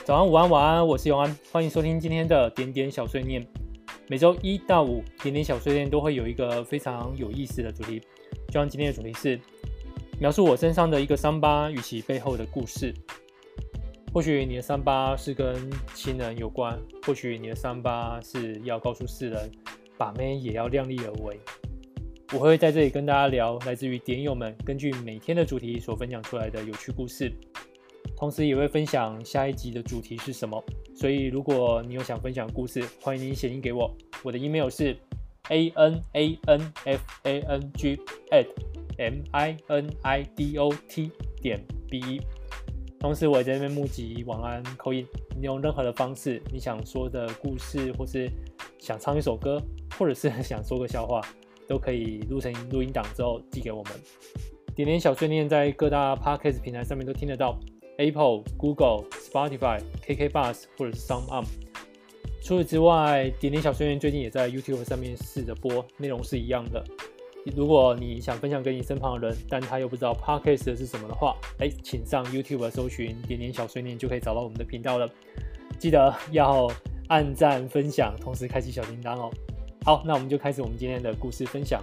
早安、午安、晚安，我是永安，欢迎收听今天的点点小碎念。每周1到5，点点小碎念都会有一个非常有意思的主题。就像今天的主题是描述我身上的一个伤疤与其背后的故事。或许你的伤疤是跟亲人有关，或许你的伤疤是要告诉世人，把妹也要量力而为。我会在这里跟大家聊来自于点友们根据每天的主题所分享出来的有趣故事，同时也会分享下一集的主题是什么。所以如果你有想分享的故事，欢迎你写信给我，我的 email 是 ananfang@minidot.be。同时我也在这边募集晚安call in，你用任何的方式，你想说的故事，或是想唱一首歌，或者是想说个笑话，都可以录成录音档之后寄给我们。点点小碎念在各大 Podcast 平台上面都听得到， Apple、Google、Spotify、KKBOX 或者是 SoundOn。除此之外，点点小碎念最近也在 YouTube 上面试着播，内容是一样的。如果你想分享给你身旁的人，但他又不知道 Podcast 是什么的话，请上 YouTube 搜寻点点小碎念就可以找到我们的频道了。记得要按赞、分享，同时开启小铃铛哦。好，那我们就开始我们今天的故事分享。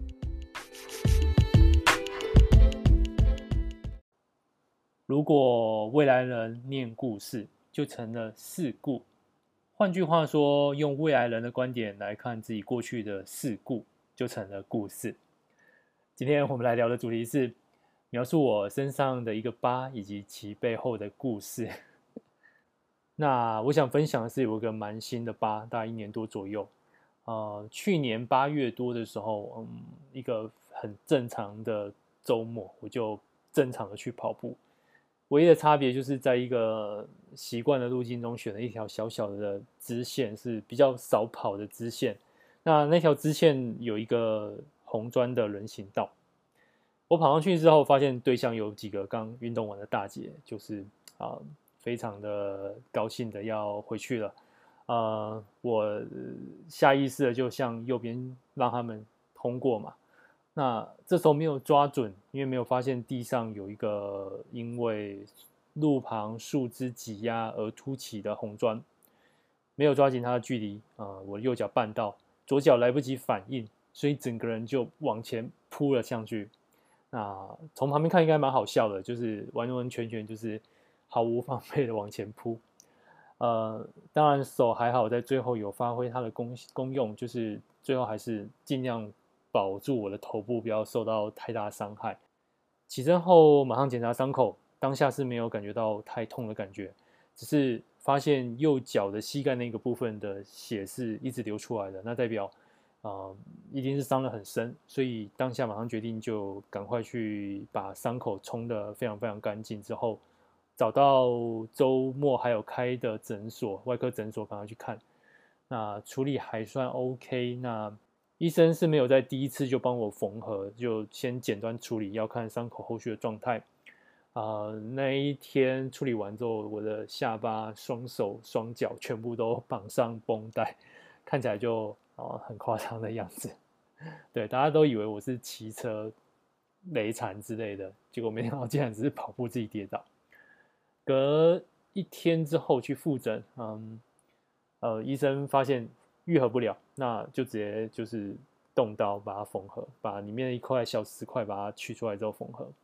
如果未来人念故事，就成了事故。换句话说，用未来人的观点来看自己过去的事故，就成了故事。今天我们来聊的主题是描述我身上的一个疤以及其背后的故事。那我想分享的是有一个蛮新的疤，大概1年多左右。去年8月多的时候，一个很正常的周末，我就正常的去跑步。唯一的差别就是在一个习惯的路径中选了一条小小的支线，是比较少跑的支线。那条支线有一个红砖的人行道，我跑上去之后，发现对象有几个刚运动完的大姐，就是非常的高兴的要回去了。我下意识的就向右边让他们通过嘛。那这时候没有抓准，因为没有发现地上有一个因为路旁树枝挤压而凸起的红砖，没有抓紧它的距离，我右脚绊到，左脚来不及反应，所以整个人就往前扑了上去。那从旁边看应该蛮好笑的，就是完完全全就是毫无防备的往前扑。当然手还好，在最后有发挥它的功用，就是最后还是尽量保住我的头部，不要受到太大伤害。起身后马上检查伤口，当下是没有感觉到太痛的感觉，只是发现右脚的膝盖那个部分的血是一直流出来的，那代表一定是伤得很深，所以当下马上决定就赶快去把伤口冲得非常非常干净，之后找到周末还有开的诊所，外科诊所赶快去看。那处理还算 OK， 那医生是没有在第一次就帮我缝合，就先简单处理，要看伤口后续的状态。那一天处理完之后，我的下巴、双手、双脚全部都绑上绷带，看起来就很夸张的样子。对，大家都以为我是骑车雷残之类的，结果没想到竟然只是跑步自己跌倒。隔1天之后去复诊，医生发现愈合不了，那就直接就是动刀把它缝合，把里面的一块小石块把它取出来之后缝合。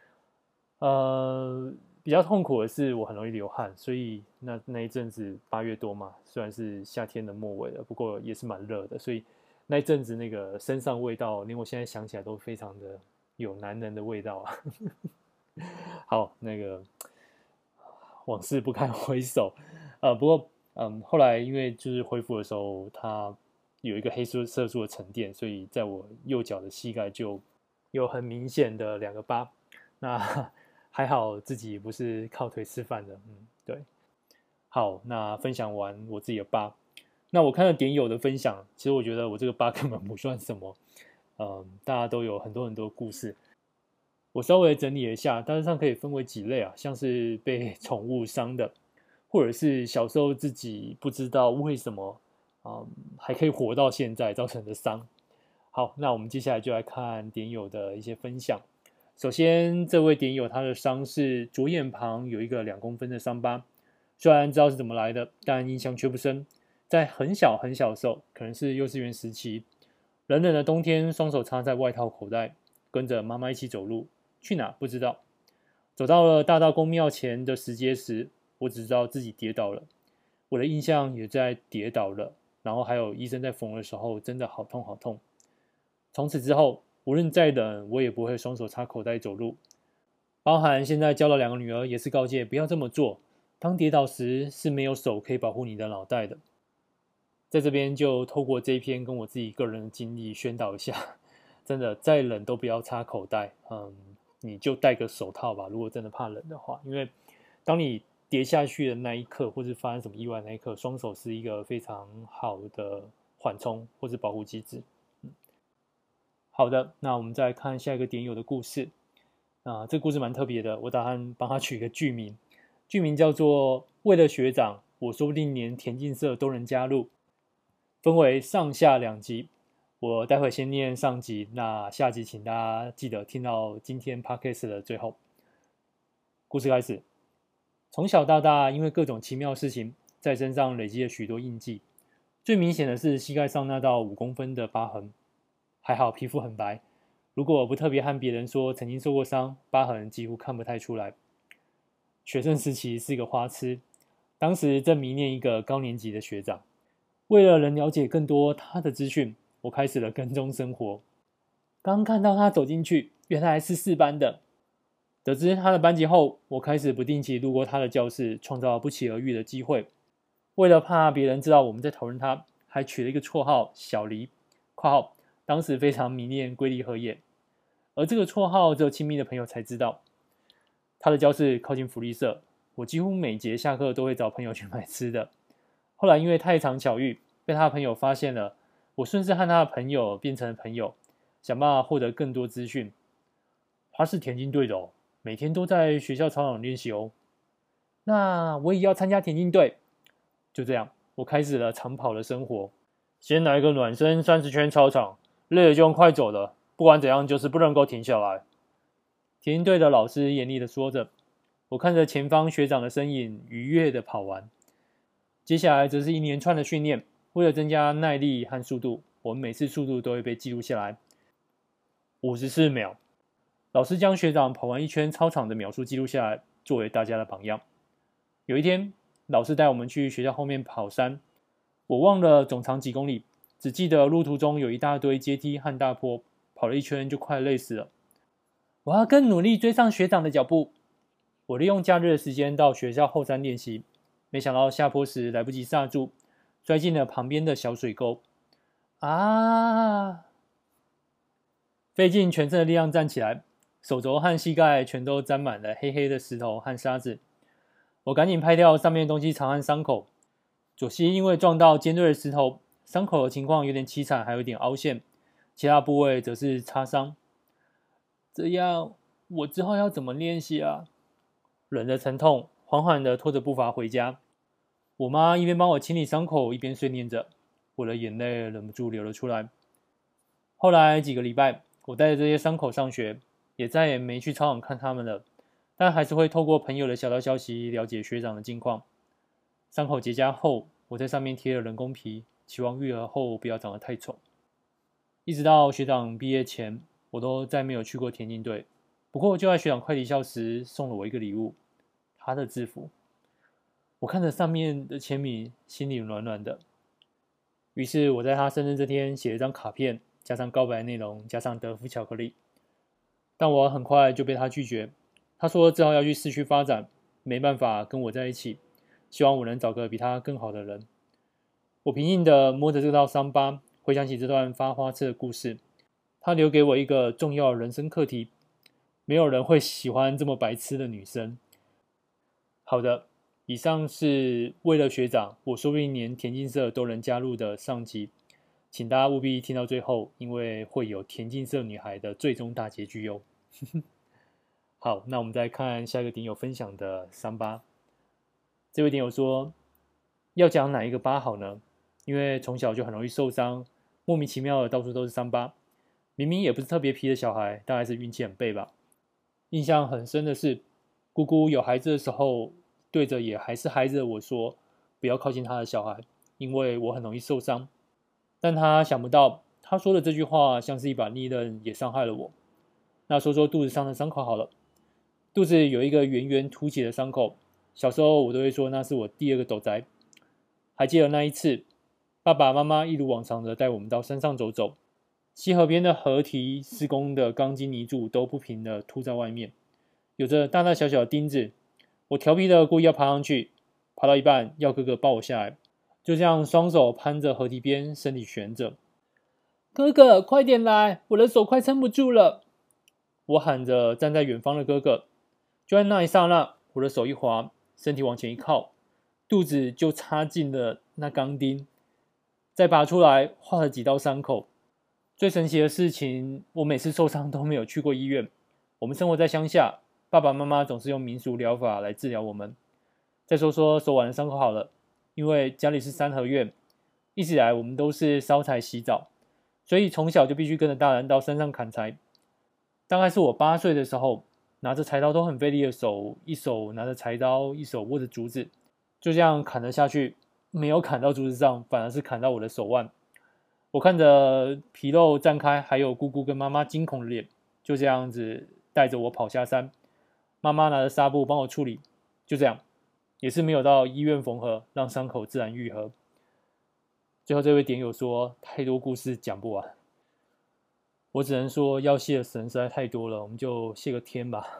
比较痛苦的是我很容易流汗，所以那一阵子8月多嘛，虽然是夏天的末尾了，不过也是蛮热的，所以那一阵子那个身上味道，连我现在想起来都非常的有男人的味道啊。好，那个往事不堪回首。不过后来因为就是恢复的时候，它有一个黑色素的沉淀，所以在我右脚的膝盖就有很明显的2个疤。那还好自己不是靠腿吃饭的，对。好，那分享完我自己的疤，那我看了点友的分享，其实我觉得我这个疤根本不算什么，大家都有很多很多故事。我稍微整理了一下，大致上可以分为几类啊，像是被宠物伤的，或者是小时候自己不知道为什么还可以活到现在造成的伤。好，那我们接下来就来看点友的一些分享。首先，这位点友他的伤是左眼旁有一个2公分的伤疤， 虽然知道是怎么来的，但印象却不深。在很小很小的时候，可能是幼稚园时期，冷冷的冬天，双手插在外套口袋，跟着妈妈一起走路，去哪不知道。走到了大道公庙前的石阶时，我只知道自己跌倒了，我的印象也在跌倒了，然后还有医生在缝的时候，真的好痛好痛。从此之后，无论再冷，我也不会双手插口袋走路。包含现在教了2个女儿，也是告诫不要这么做。当跌倒时是没有手可以保护你的脑袋的。在这边就透过这一篇跟我自己个人的经历宣导一下，真的再冷都不要插口袋，你就戴个手套吧，如果真的怕冷的话，因为当你跌下去的那一刻，或是发生什么意外的那一刻，双手是一个非常好的缓冲或是保护机制。好的，那我们再来看下一个点友的故事。这个故事蛮特别的，我打算帮他取一个剧名，剧名叫做为了学长，我说不定连田径社都能加入。分为上下2集，我待会先念上集，那下集请大家记得听到今天 podcast 的最后。故事开始。从小到大，因为各种奇妙事情，在身上累积了许多印记。最明显的是膝盖上那道5公分的疤痕，还好皮肤很白，如果不特别和别人说曾经受过伤，疤痕几乎看不太出来。学生时期是个花痴，当时正迷恋一个高年级的学长。为了能了解更多他的资讯，我开始了跟踪生活。刚看到他走进去，原来是4班的。得知他的班级后，我开始不定期路过他的教室，创造不期而遇的机会。为了怕别人知道我们在讨论他，还取了一个绰号小黎（括号当时非常迷恋龟梨和也），而这个绰号只有亲密的朋友才知道。他的教室靠近福利社，我几乎每节下课都会找朋友去买吃的。后来因为太常巧遇，被他的朋友发现了，我顺势和他的朋友变成了朋友，想办法获得更多资讯。他是田径队的哦，每天都在学校操场练习哦。那我也要参加田径队。就这样，我开始了长跑的生活。先来个暖身30圈操场，累了就用快走的，不管怎样就是不能够停下来。田径队的老师严厉地说着，我看着前方学长的身影愉悦地跑完。接下来则是一连串的训练，为了增加耐力和速度，我们每次速度都会被记录下来。54秒，老师将学长跑完1圈操场的秒数记录下来，作为大家的榜样。有一天，老师带我们去学校后面跑山，我忘了总长几公里，只记得路途中有一大堆阶梯和大坡，跑了1圈就快累死了。我要更努力追上学长的脚步。我利用假日的时间到学校后山练习。没想到下坡时来不及刹住，摔进了旁边的小水沟。费尽全身的力量站起来，手肘和膝盖全都沾满了黑黑的石头和沙子。我赶紧拍掉上面的东西藏和伤口。左膝因为撞到尖锐的石头，伤口的情况有点凄惨，还有点凹陷，其他部位则是擦伤。这样我之后要怎么练习啊？忍着疼痛，缓缓地拖着步伐回家。我妈一边帮我清理伤口，一边碎念着，我的眼泪忍不住流了出来。后来几个礼拜，我带着这些伤口上学，也再也没去操场看他们了，但还是会透过朋友的小道消息了解学长的近况。伤口结痂后，我在上面贴了人工皮，期望愈合后不要长得太丑。一直到学长毕业前，我都再没有去过田径队。不过就在学长快离校时，送了我一个礼物，他的制服。我看着上面的签名，心里暖暖的。于是我在他生日这天写了一张卡片，加上告白内容，加上德芙巧克力。但我很快就被他拒绝。他说之后要去市区发展，没办法跟我在一起，希望我能找个比他更好的人。我平静地摸着这道伤疤，回想起这段发花痴的故事。他留给我一个重要的人生课题：没有人会喜欢这么白痴的女生。好的。以上是为了学长，我说不定连田径社都能加入的上集，请大家务必听到最后，因为会有田径社女孩的最终大结局哟。好，那我们再看下一个点友分享的伤疤。这位点友说，要讲哪一个疤好呢？因为从小就很容易受伤，莫名其妙的到处都是伤疤，明明也不是特别皮的小孩，大概是运气很背吧。印象很深的是，姑姑有孩子的时候， 对着也还是孩子的我说，不要靠近他的小孩，因为我很容易受伤。但他想不到，他说的这句话像是一把利刃，也伤害了我。那说说肚子上的伤口好了，肚子有一个圆圆凸起的伤口，小时候我都会说那是我第二个斗宅。还记得那一次，爸爸妈妈一如往常的带我们到山上走走，溪河边的河堤施工的钢筋泥柱都不平的凸在外面，有着大大小小的钉子。我调皮的故意要爬上去，爬到一半要哥哥抱我下来，就这样双手攀着河堤边，身体悬着。哥哥，快点来，我的手快撑不住了！我喊着站在远方的哥哥。就在那一刹那，我的手一滑，身体往前一靠，肚子就插进了那钢钉，再拔出来，划了几道伤口。最神奇的事情，我每次受伤都没有去过医院。我们生活在乡下，爸爸妈妈总是用民俗疗法来治疗我们。再说说手腕的伤口好了，因为家里是三合院，一直以来我们都是烧柴洗澡，所以从小就必须跟着大人到山上砍柴。大概是我8岁的时候，拿着柴刀都很费力的手，一手拿着柴刀，一手握着竹子，就这样砍了下去，没有砍到竹子上，反而是砍到我的手腕。我看着皮肉绽开，还有姑姑跟妈妈惊恐的脸，就这样子带着我跑下山。妈妈拿着纱布帮我处理，就这样，也是没有到医院缝合，让伤口自然愈合。最后这位点友说，太多故事讲不完，我只能说要谢的神实在太多了，我们就谢个天吧。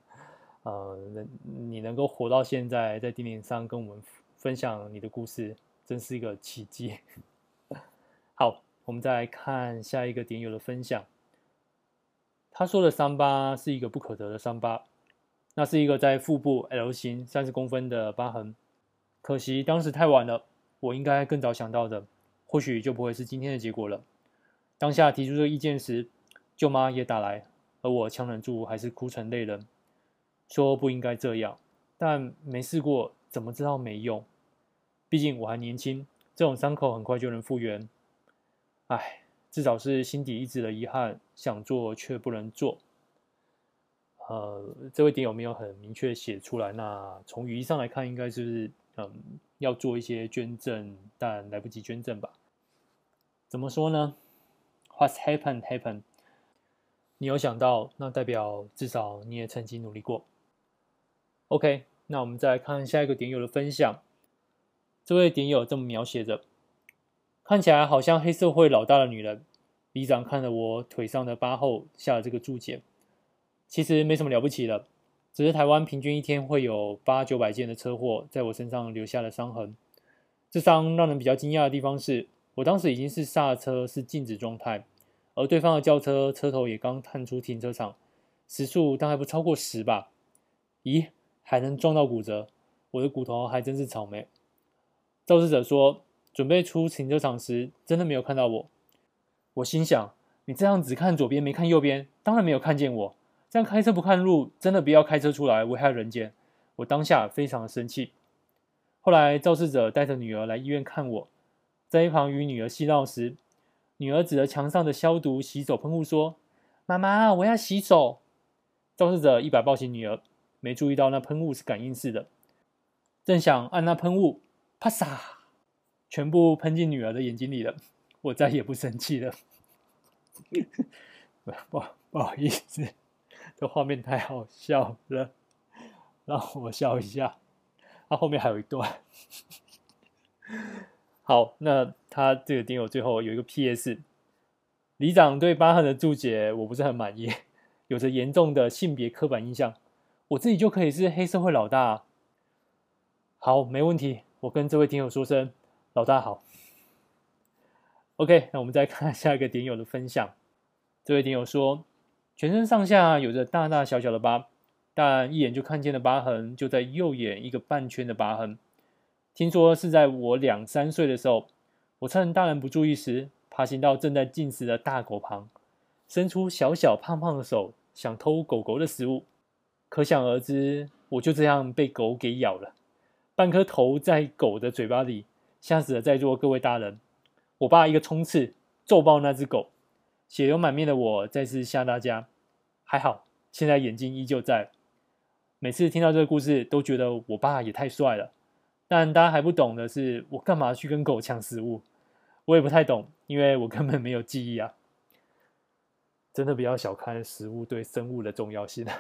你能够活到现在，在顶点上跟我们分享你的故事，真是一个奇迹。好，我们再来看下一个点友的分享。他说的伤疤是一个不可得的伤疤，那是一个在腹部 L 型30公分的疤痕。可惜当时太晚了，我应该更早想到的，或许就不会是今天的结果了。当下提出这个意见时，舅妈也打来，而我强忍住还是哭成泪人，说不应该这样，但没试过怎么知道没用？毕竟我还年轻，这种伤口很快就能复原。唉，至少是心底一直的遗憾，想做却不能做。这位点友没有很明确写出来，那从语义上来看，应该是要做一些捐赠，但来不及捐赠吧？怎么说呢？What's happened happened。你有想到，那代表至少你也曾经努力过。OK， 那我们再来看下一个点友的分享。这位点友这么描写着：看起来好像黑社会老大的女人。里长看了我腿上的疤后，下了这个注解。其实没什么了不起的，只是台湾平均一天会有800-900件的车祸在我身上留下了伤痕。这伤让人比较惊讶的地方是，我当时已经是刹车是静止状态，而对方的轿车车头也刚探出停车场，时速大概不超过10吧。咦，还能撞到骨折，我的骨头还真是草莓。肇事者说，准备出停车场时，真的没有看到我。我心想，你这样只看左边没看右边，当然没有看见我。这样开车不看路，真的不要开车出来危害人间。我当下非常的生气。后来肇事者带着女儿来医院看我，在一旁与女儿嬉闹时，女儿指着墙上的消毒洗手喷雾说：“妈妈，我要洗手。”肇事者一把抱起女儿，没注意到那喷雾是感应式的，正想按那喷雾，啪嚓，全部喷进女儿的眼睛里了。我再也不生气了。不好意思，这画面太好笑了，让我笑一下。后面还有一段。好，那他这个点友最后有一个 PS， 里长对疤痕的注解我不是很满意，有着严重的性别刻板印象，我自己就可以是黑社会老大。好，没问题，我跟这位点友说声老大好。OK， 那我们再看下一个点友的分享。这位点友说，全身上下有着大大小小的疤，但一眼就看见的疤痕就在右眼一个半圈的疤痕。听说是在我2-3岁的时候，我趁大人不注意时，爬行到正在进食的大狗旁，伸出小小胖胖的手，想偷狗狗的食物。可想而知，我就这样被狗给咬了，半颗头在狗的嘴巴里，吓死了在座各位大人。我爸一个冲刺，揍爆那只狗，血流满面的我再次吓大家。还好，现在眼睛依旧在。 每次听到这个故事，都觉得我爸也太帅了。但大家还不懂的是，我干嘛去跟狗抢食物？我也不太懂，因为我根本没有记忆啊。真的不要小看食物对生物的重要性。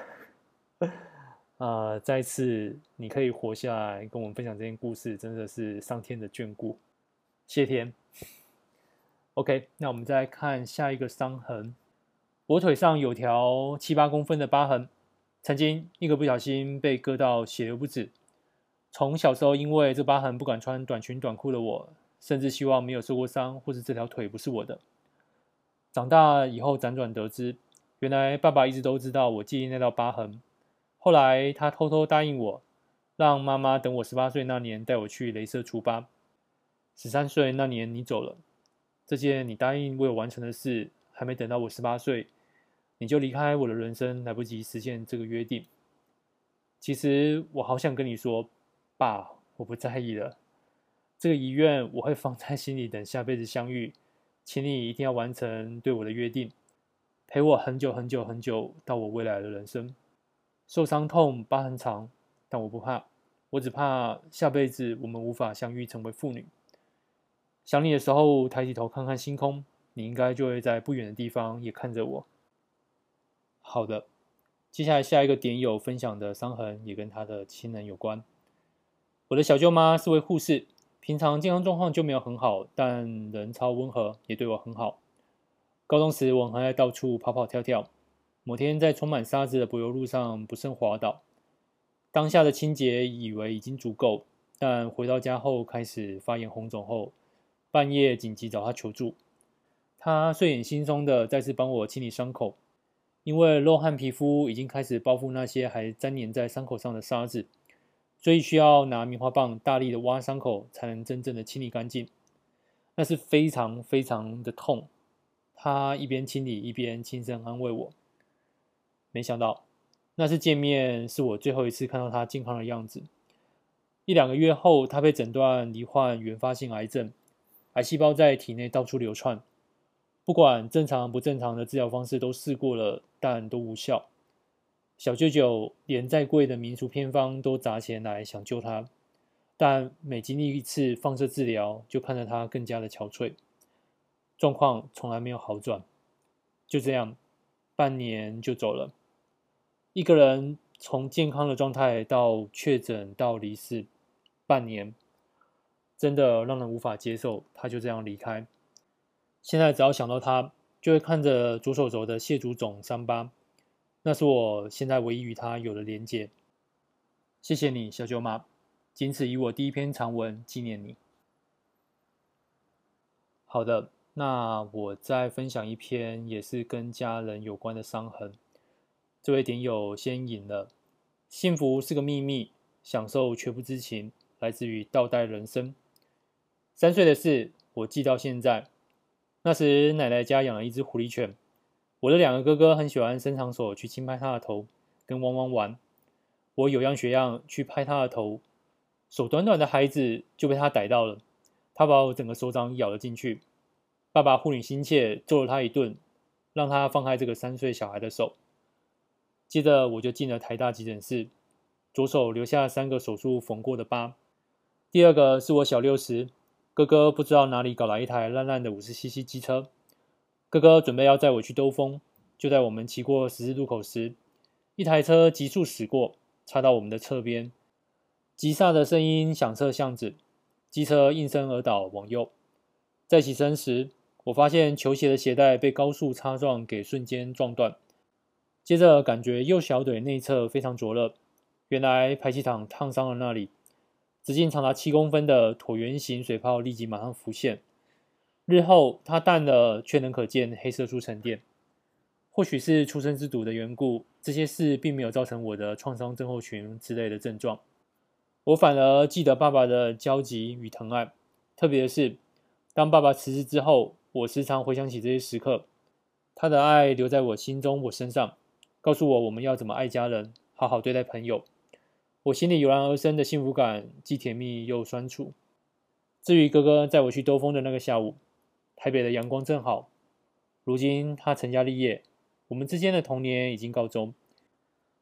再次你可以活下来，跟我们分享这件故事，真的是上天的眷顾，谢天。OK， 那我们再看下一个伤痕。我腿上有条7-8公分的疤痕，曾经一个不小心被割到血流不止。从小时候因为这疤痕不敢穿短裙短裤的我，甚至希望没有受过伤，或是这条腿不是我的。长大以后辗转得知，原来爸爸一直都知道我记忆那道疤痕。后来他偷偷答应我，让妈妈等我18岁那年带我去雷射除疤。13岁那年你走了，这件你答应为我完成的事，还没等到我18岁，你就离开我的人生，来不及实现这个约定。其实我好想跟你说，爸，我不在意了。这个遗愿我会放在心里，等下辈子相遇，请你一定要完成对我的约定，陪我很久很久很久，到我未来的人生。受伤痛，疤痕长，但我不怕，我只怕下辈子我们无法相遇，成为父女。想你的时候，抬起头看看星空，你应该就会在不远的地方也看着我。好的，接下来下一个点友分享的伤痕也跟他的亲人有关。我的小舅妈是位护士，平常健康状况就没有很好，但人超温和，也对我很好。高中时我很爱到处跑跑跳跳，某天在充满沙子的柏油路上不慎滑倒，当下的清洁以为已经足够，但回到家后开始发炎红肿后，半夜紧急找他求助。他睡眼惺忪的再次帮我清理伤口，因为肉和皮肤已经开始包覆那些还粘黏在伤口上的沙子，所以需要拿棉花棒大力的挖伤口，才能真正的清理干净。那是非常非常的痛。他一边清理一边轻声安慰我。没想到那次见面是我最后一次看到他健康的样子。1-2个月后，他被诊断罹患原发性癌症，癌细胞在体内到处流窜。不管正常不正常的治疗方式都试过了，但都无效。小舅舅连再贵的民俗偏方都砸钱来想救他，但每经历一次放射治疗，就看着他更加的憔悴，状况从来没有好转。就这样，半年就走了。一个人从健康的状态到确诊到离世，半年，真的让人无法接受，他就这样离开。现在只要想到他，就会看着左手肘的蟹足肿伤疤，那是我现在唯一与他有的连结。谢谢你，小舅妈，仅此以我第一篇长文纪念你。好的，那我再分享一篇也是跟家人有关的伤痕。这位点友先引了，幸福是个秘密，享受却不知情，来自于倒带人生。3岁的事，我记到现在。那时奶奶家养了一只狐狸犬，我的2个哥哥很喜欢伸长手去轻拍它的头，跟汪汪玩。我有样学样去拍它的头，手短短的孩子就被它逮到了，它把我整个手掌咬了进去。爸爸护理心切，揍了他一顿，让他放开这个3岁小孩的手。接着我就进了台大急诊室，左手留下3个手术缝过的疤。第2个是我小6时，哥哥不知道哪里搞来一台烂烂的50cc 机车，哥哥准备要载我去兜风，就在我们骑过十字路口时，一台车急速驶过，插到我们的侧边，急刹的声音响彻巷子，机车应声而倒往右。在起身时，我发现球鞋的鞋带被高速擦撞给瞬间撞断，接着感觉右小腿内侧非常灼热，原来排气筒烫伤了那里，直径长达7公分的椭圆形水泡立即马上浮现。日后它淡了，却能可见黑色素沉淀。或许是出生之毒的缘故，这些事并没有造成我的创伤症候群之类的症状。我反而记得爸爸的焦急与疼爱，特别的是，当爸爸辞世之后，我时常回想起这些时刻，他的爱留在我心中，我身上，告诉我们要怎么爱家人，好好对待朋友。我心里油然而生的幸福感，既甜蜜又酸楚。至于哥哥载我去兜风的那个下午，台北的阳光正好，如今他成家立业，我们之间的童年已经告终。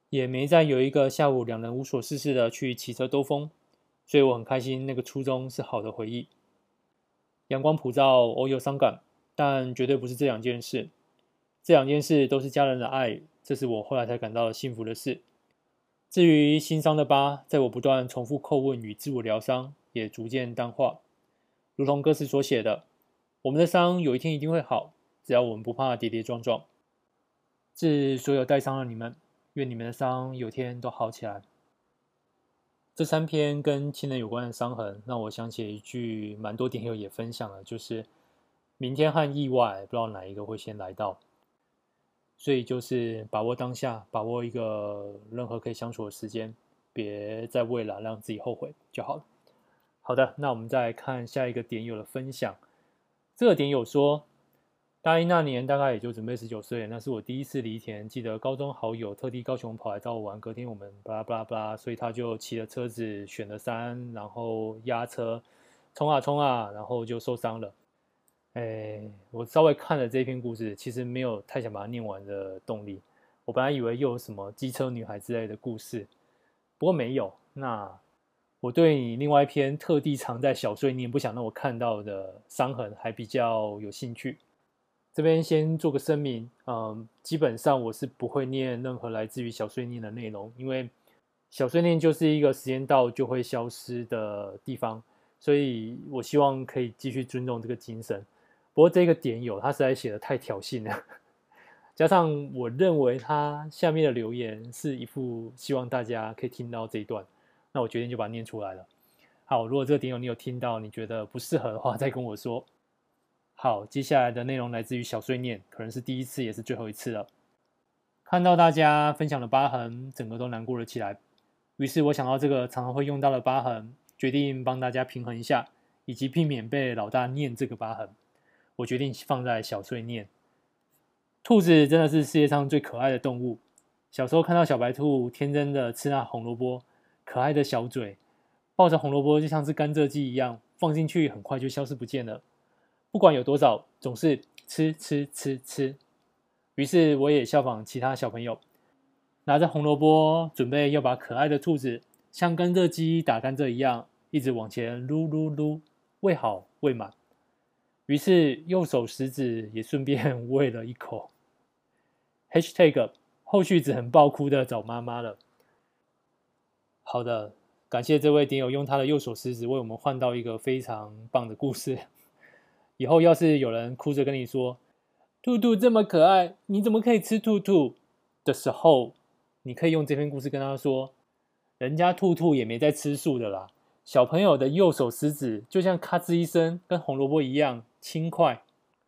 也没再有一个下午两人无所事事的去骑车兜风，所以我很开心，那个初衷是好的回忆。阳光普照，偶有伤感，但绝对不是这两件事。这两件事都是家人的爱，这是我后来才感到幸福的事。至于心伤的疤，在我不断重复叩问与自我疗伤，也逐渐淡化。如同歌词所写的，我们的伤有一天一定会好，只要我们不怕跌跌撞撞。致所有带伤的你们，愿你们的伤有天都好起来。这3篇跟亲人有关的伤痕，让我想起一句蛮多点友也分享了，就是明天和意外，不知道哪一个会先来到。所以就是把握当下，把握一个任何可以相处的时间，别在未来让自己后悔就好了。好的，那我们再来看下一个点友的分享。这个点友说，大一那年大概也就准备19岁，那是我第一次犁田，记得高中好友特地高雄跑来找我玩，隔天我们巴拉巴拉巴拉，所以他就骑了车子选了山，然后压车冲啊冲啊，然后就受伤了。我稍微看了这篇故事，其实没有太想把它念完的动力。我本来以为又有什么机车女孩之类的故事，不过没有。那我对你另外一篇特地藏在小碎念不想让我看到的伤痕还比较有兴趣。这边先做个声明，基本上我是不会念任何来自于小碎念的内容，因为小碎念就是一个时间到就会消失的地方，所以我希望可以继续尊重这个精神。不过这个点友他实在写的太挑衅了，加上我认为他下面的留言是一副希望大家可以听到这一段，那我决定就把它念出来了。好，如果这个点友你有听到，你觉得不适合的话，再跟我说。好，接下来的内容来自于小碎念，可能是第一次也是最后一次了。看到大家分享的疤痕，整个都难过了起来。于是我想到这个常常会用到的疤痕，决定帮大家平衡一下，以及避免被老大念这个疤痕。我决定放在小碎念。兔子真的是世界上最可爱的动物。小时候看到小白兔天真的吃那红萝卜，可爱的小嘴，抱着红萝卜就像是甘蔗鸡一样，放进去很快就消失不见了。不管有多少，总是吃吃吃吃。于是我也效仿其他小朋友，拿着红萝卜，准备要把可爱的兔子像甘蔗鸡打甘蔗一样，一直往前撸撸撸，喂好喂满。于是右手食指也顺便喂了一口。#后续只能爆哭的找妈妈了。好的，感谢这位点友用他的右手食指为我们换到一个非常棒的故事。以后要是有人哭着跟你说兔兔这么可爱，你怎么可以吃兔兔的时候，你可以用这篇故事跟他说，人家兔兔也没在吃素的啦，小朋友的右手食指就像咔吱一声，跟红萝卜一样轻快。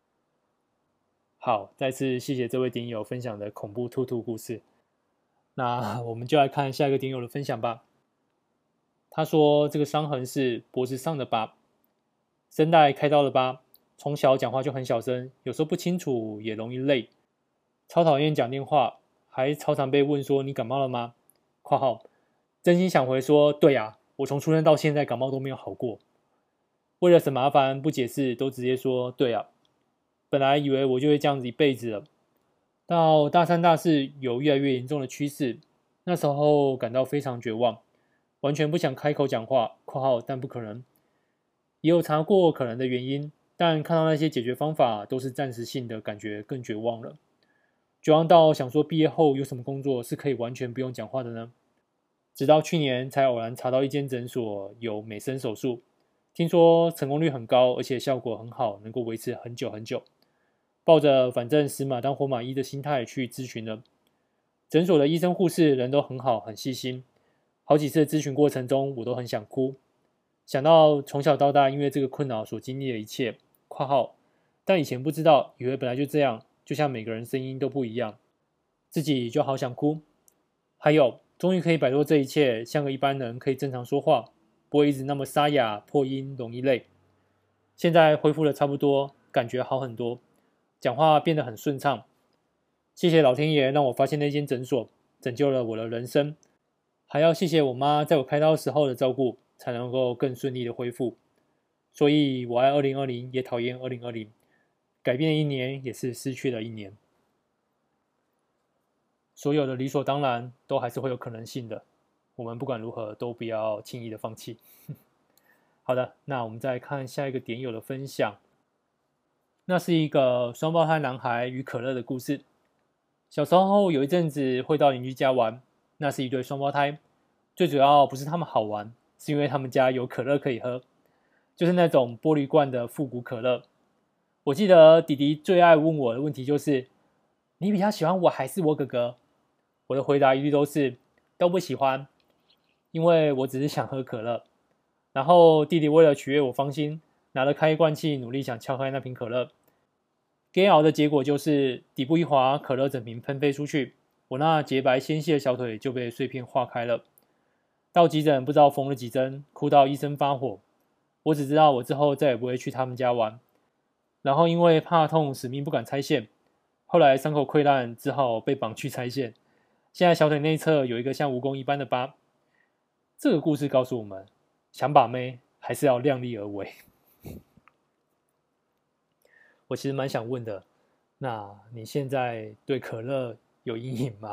好，再次谢谢这位点友分享的恐怖兔兔故事。那我们就来看下一个点友的分享吧。他说这个伤痕是脖子上的疤，声带开刀的疤，从小讲话就很小声，有时候不清楚也容易累，超讨厌讲电话，还超常被问说你感冒了吗？括号真心想回说对啊，我从出生到现在感冒都没有好过。为了省麻烦不解释，都直接说对啊。本来以为我就会这样子一辈子了，到大3、大4有越来越严重的趋势，那时候感到非常绝望，完全不想开口讲话（括号但不可能）。也有查过可能的原因，但看到那些解决方法都是暂时性的，感觉更绝望了。绝望到想说毕业后有什么工作是可以完全不用讲话的呢？直到去年才偶然查到一间诊所有美声手术，听说成功率很高，而且效果很好，能够维持很久很久。抱着反正死马当活马医的心态去咨询了。诊所的医生护士人都很好，很细心。好几次咨询过程中，我都很想哭。想到从小到大因为这个困扰所经历的一切（括号但以前不知道，以为本来就这样，就像每个人声音都不一样），自己就好想哭。还有，终于可以摆脱这一切，像个一般人可以正常说话，不会一直那么沙哑、破音、容易累。现在恢复了差不多，感觉好很多。讲话变得很顺畅，谢谢老天爷让我发现那间诊所，拯救了我的人生。还要谢谢我妈在我开刀时候的照顾，才能够更顺利的恢复。所以我爱2020，也讨厌2020。改变了一年，也是失去了一年。 所有的理所当然都还是会有可能性的，我们不管如何都不要轻易的放弃。好的，那我们再看下一个点友的分享。那是一个双胞胎男孩与可乐的故事。小时候有一阵子会到邻居家玩，那是一对双胞胎。最主要不是他们好玩，是因为他们家有可乐可以喝，就是那种玻璃罐的复古可乐。我记得弟弟最爱问我的问题就是：你比较喜欢我还是我哥哥？我的回答一律都是都不喜欢，因为我只是想喝可乐。然后弟弟为了取悦我芳心，拿了开罐器努力想撬开那瓶可乐。煎熬的结果就是底部一滑，可乐整瓶喷飞出去，我那洁白纤细的小腿就被碎片化开了。到急诊不知道缝了几针，哭到医生发火。我只知道我之后再也不会去他们家玩。然后因为怕痛，死命不敢拆线。后来伤口溃烂，只好被绑去拆线。现在小腿内侧有一个像蜈蚣一般的疤。这个故事告诉我们，想把妹还是要量力而为。我其实蛮想问的，那你现在对可乐有阴影吗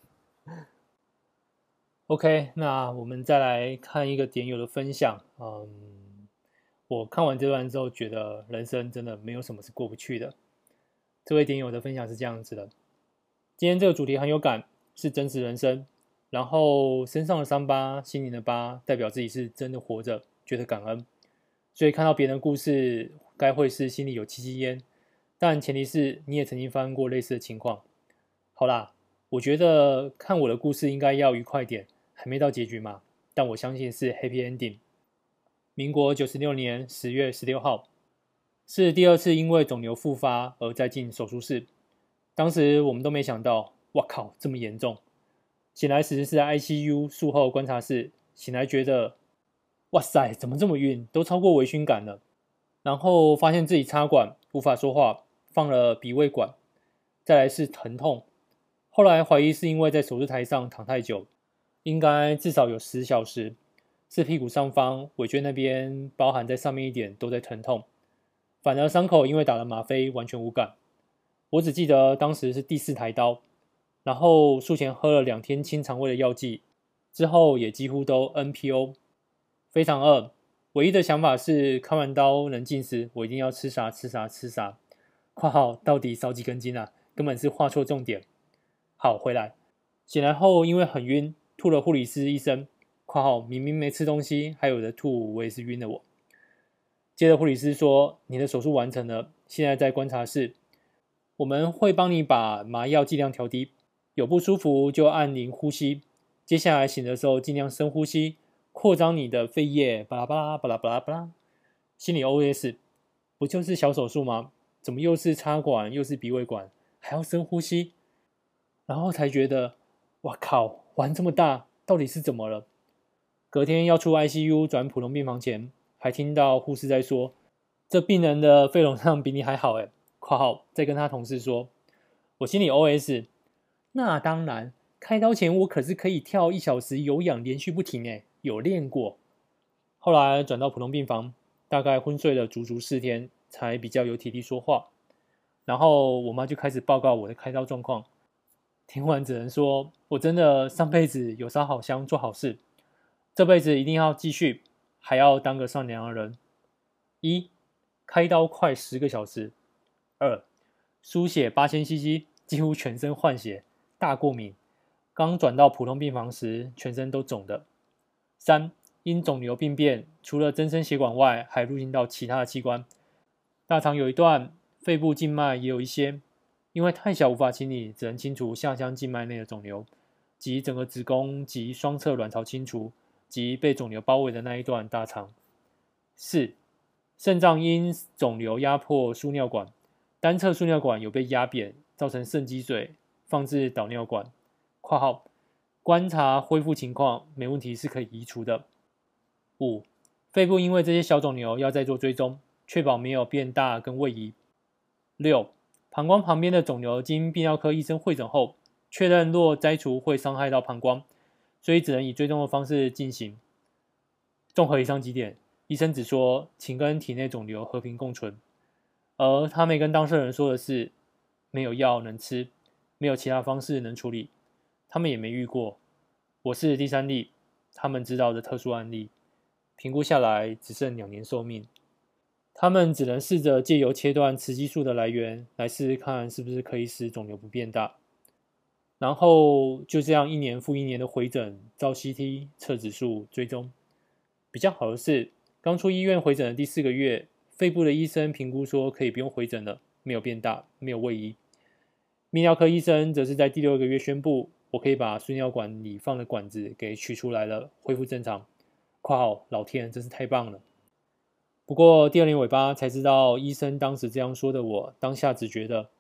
？OK，那我们再来看一个点友的分享。我看完这段之后，觉得人生真的没有什么是过不去的。这位点友的分享是这样子的：今天这个主题很有感，是真实人生。然后身上的伤疤、心灵的疤，代表自己是真的活着，觉得感恩。所以看到别人的故事，该会是心里有戚戚焉。但前提是你也曾经发生过类似的情况。好啦，我觉得看我的故事应该要愉快点，还没到结局嘛，但我相信是 happy ending。民国96年10月16号，是第二次因为肿瘤复发而再进手术室。当时我们都没想到，哇靠，这么严重。醒来时是在 ICU 术后观察室，醒来觉得，哇塞，怎么这么晕，都超过微醺感了。然后发现自己插管，无法说话，放了鼻胃管，再来是疼痛。后来怀疑是因为在手术台上躺太久，应该至少有10小时，是屁股上方尾椎那边，包含在上面一点都在疼痛。反而伤口因为打了吗啡完全无感。我只记得当时是第4台刀，然后术前喝了2天清肠胃的药剂，之后也几乎都 NPO， 非常饿。唯一的想法是开完刀能进食，我一定要吃啥吃啥吃啥。括号到底少几根筋啊？根本是画错重点。好，回来。醒来后因为很晕，吐了护理师医生。括号明明没吃东西，还有的吐，我也是晕了我。接着护理师说，你的手术完成了，现在在观察室，我们会帮你把麻药剂量调低，有不舒服就按铃呼吸。接下来醒的时候尽量深呼吸，扩张你的肺叶，巴拉巴拉巴拉巴拉巴拉。心里 OS， 不就是小手术吗？怎么又是插管又是鼻胃管，还要深呼吸？然后才觉得，哇靠，玩这么大，到底是怎么了？隔天要出 ICU 转普通病房前，还听到护士在说，这病人的肺容量比你还好诶。括号再跟他同事说，我心里 OS， 那当然，开刀前我可是可以跳1小时有氧连续不停诶，有练过。后来转到普通病房，大概昏睡了足足4天，才比较有体力说话。然后我妈就开始报告我的开刀状况，听完只能说，我真的上辈子有烧好香做好事，这辈子一定要继续，还要当个善良的人。1. 开刀快10个小时。2. 输血8000cc，几乎全身换血，大过敏。刚转到普通病房时，全身都肿的。3. 因肿瘤病变，除了增生血管外，还入侵到其他的器官。大肠有一段，肺部静脉也有一些，因为太小无法清理，只能清除下腔静脉内的肿瘤，及整个子宫及双侧卵巢清除，及被肿瘤包围的那一段大肠。4. 肾脏因肿瘤压迫输尿管，单侧输尿管有被压扁，造成肾积水，放置导尿管。括号观察恢复情况，没问题是可以移除的。5. 肺部因为这些小肿瘤要再做追踪，确保没有变大跟位移。6. 膀胱旁边的肿瘤经泌尿科医生会诊后，确认若摘除会伤害到膀胱，所以只能以追踪的方式进行。综合以上几点，医生只说请跟体内肿瘤和平共存，而他没跟当事人说的是，没有药能吃，没有其他方式能处理， 他们也没遇过。我是第三例，他们知道的特殊案例，评估下来只剩2年寿命。他们只能试着借由切断雌激素的来源，来试试看是不是可以使肿瘤不变大。然后就这样1年复1年的回诊、照 CT、测指数、追踪。比较好的是，刚出医院回诊的第4个月，肺部的医生评估说可以不用回诊了，没有变大，没有位移。泌尿科医生则是在第6个月宣布，我可以把输尿管里放的管子给取出来了，恢复正常。括号老天真是太棒了。不过第2年尾巴才知道，医生当时这样说的我，当下只觉得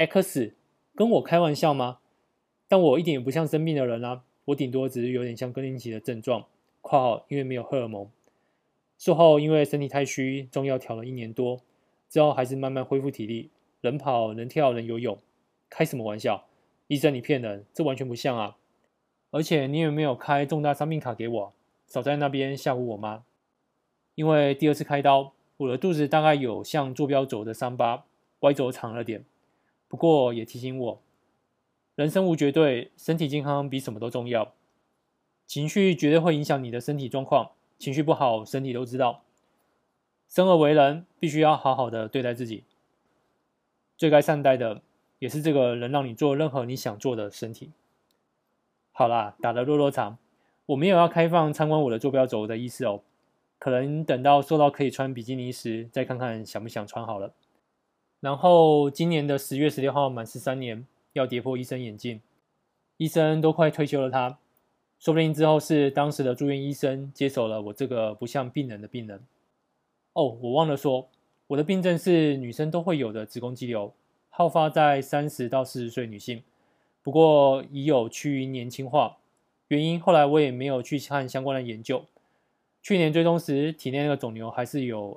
X 跟我开玩笑吗？但我一点也不像生病的人啊，我顶多只是有点像更年期的症状。括号因为没有荷尔蒙。术后因为身体太虚，中药调了1年多，之后还是慢慢恢复体力，能跑能跳能游泳。开什么玩笑？医生你骗人，这完全不像啊！而且你有没有开重大伤病卡给我？少在那边吓唬我妈。因为第2次开刀，我的肚子大概有像坐标轴的伤疤，歪轴长了点。不过也提醒我，人生无绝对，身体健康比什么都重要。情绪绝对会影响你的身体状况，情绪不好，身体都知道。生而为人，必须要好好的对待自己。最该善待的，也是这个能让你做任何你想做的身体。好啦，打得落场，我没有要开放参观我的坐标轴的意思哦。可能等到瘦到可以穿比基尼时，再看看想不想穿好了。然后今年的10月16号满13年，要跌破医生眼镜。医生都快退休了他，说不定之后是当时的住院医生接手了我这个不像病人的病人。哦，我忘了说，我的病症是女生都会有的子宫肌瘤，好发在30到40岁女性，不过已有趋于年轻化。原因后来我也没有去看相关的研究。去年追踪时，体内那个肿瘤还是有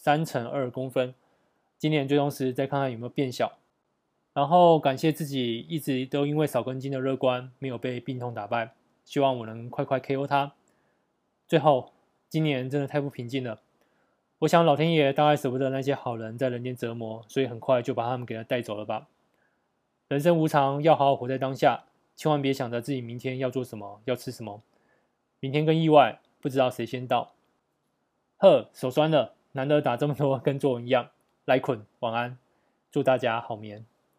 3×2公分。今年追踪时，再看看有没有变小。然后感谢自己一直都因为少根筋的乐观，没有被病痛打败。希望我能快快 KO 它。最后，今年真的太不平静了。我想老天爷大概舍不得那些好人在人间折磨，所以很快就把他们给他带走了吧。人生无常，要好好活在当下，千万别想着自己明天要做什么，要吃什么。明天跟意外，不知道谁先到。呵，手酸了，难得打这么多跟作文一样。来捆，晚安，祝大家好眠。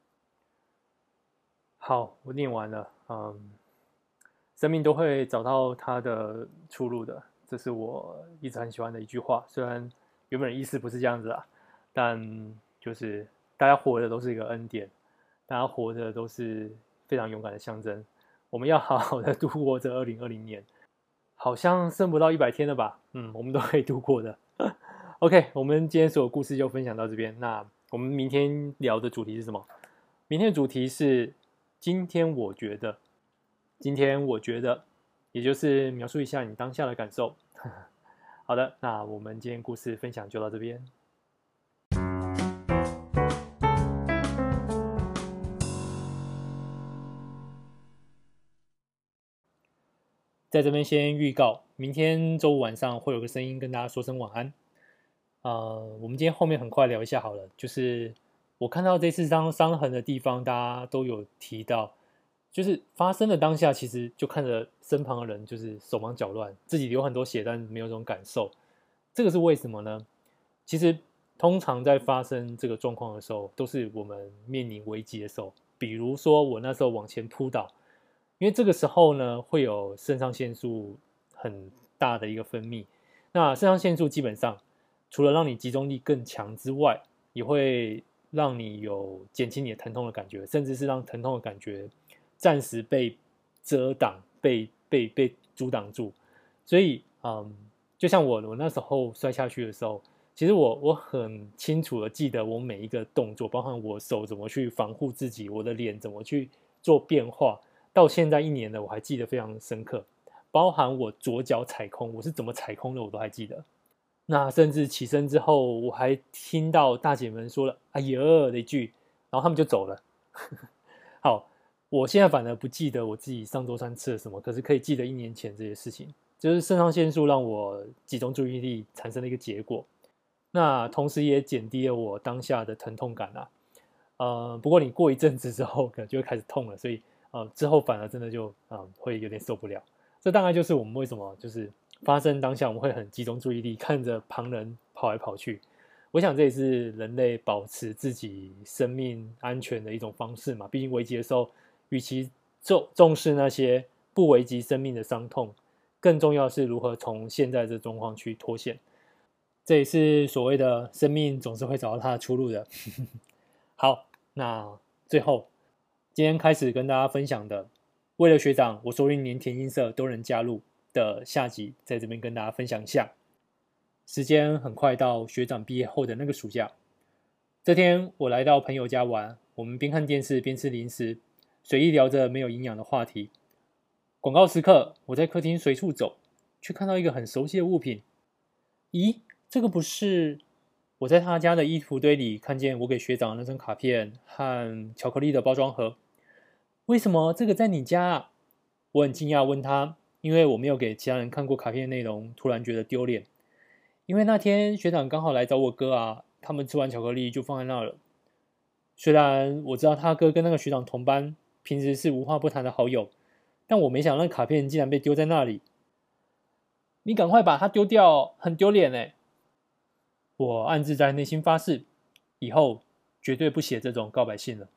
好，我念完了。生命都会找到它的出路的，这是我一直很喜欢的一句话。虽然原本的意思不是这样子啊，但就是大家活着都是一个恩典，大家活着都是非常勇敢的象征。我们要好好的度过这2020年。好像剩不到100天了吧？我们都可以度过的。OK， 我们今天所有故事就分享到这边。那我们明天聊的主题是什么？明天的主题是今天我觉得，也就是描述一下你当下的感受。好的，那我们今天故事分享就到这边。在这边先预告，明天周五晚上会有个声音跟大家说声晚安。我们今天后面很快聊一下好了，就是我看到这次伤痕的地方，大家都有提到，就是发生的当下，其实就看着身旁的人就是手忙脚乱，自己流很多血，但没有这种感受。这个是为什么呢？其实通常在发生这个状况的时候，都是我们面临危机的时候，比如说我那时候往前扑倒。因为这个时候呢，会有肾上腺素很大的一个分泌。那肾上腺素基本上除了让你集中力更强之外，也会让你有减轻你的疼痛的感觉，甚至是让疼痛的感觉暂时被遮挡、被阻挡住。所以，就像我那时候摔下去的时候，其实我很清楚的记得我每一个动作，包含我手怎么去防护自己，我的脸怎么去做变化。到现在1年了，我还记得非常深刻，包含我左脚踩空，我是怎么踩空的，我都还记得。那甚至起身之后，我还听到大姐们说了"哎呀"的一句，然后他们就走了。好，我现在反而不记得我自己上周3吃了什么，可是可以记得1年前这些事情，就是肾上腺素让我集中注意力产生的一个结果。那同时也减低了我当下的疼痛感啊。不过你过一阵子之后，可能就会开始痛了，所以之后反而真的就会有点受不了。这大概就是我们为什么就是发生当下我们会很集中注意力看着旁人跑来跑去。我想这也是人类保持自己生命安全的一种方式嘛。毕竟危急的时候，与其重视那些不危及生命的伤痛，更重要的是如何从现在这状况去脱险。这也是所谓的生命总是会找到它的出路的。好，那最后今天开始跟大家分享的，为了学长，我说不定连田径社都能加入的下集，在这边跟大家分享一下。时间很快到学长毕业后的那个暑假，这天我来到朋友家玩，我们边看电视边吃零食，随意聊着没有营养的话题。广告时刻，我在客厅随处走，却看到一个很熟悉的物品。咦，这个不是我在他家的衣服堆里看见我给学长的那张卡片和巧克力的包装盒？为什么这个在你家啊？我很惊讶问他，因为我没有给其他人看过卡片的内容，突然觉得丢脸。因为那天学长刚好来找我哥啊，他们吃完巧克力就放在那了。虽然我知道他哥跟那个学长同班，平时是无话不谈的好友，但我没想到那卡片竟然被丢在那里。你赶快把它丢掉哦，很丢脸欸。我暗自在内心发誓，以后绝对不写这种告白信了。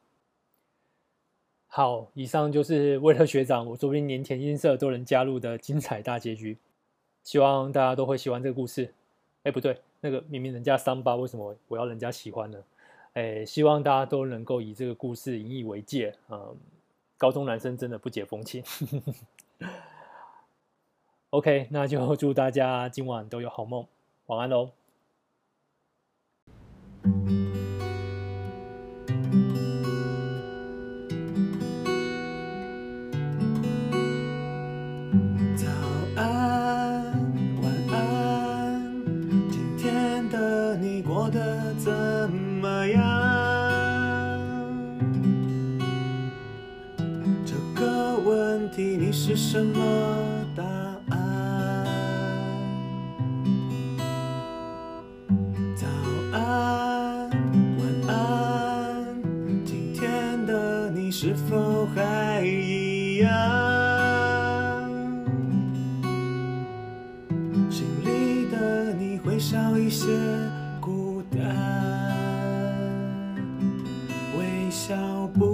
好，以上就是为了学长，我说不定连田径社都能加入的精彩大结局。希望大家都会喜欢这个故事。不对，那个明明人家伤疤，为什么我要人家喜欢呢？希望大家都能够以这个故事引以为戒。高中男生真的不解风情。OK， 那就祝大家今晚都有好梦，晚安喽。 你是什么答案？早安，晚安，今天的你是否还一样？心里的你会少一些孤单，微笑不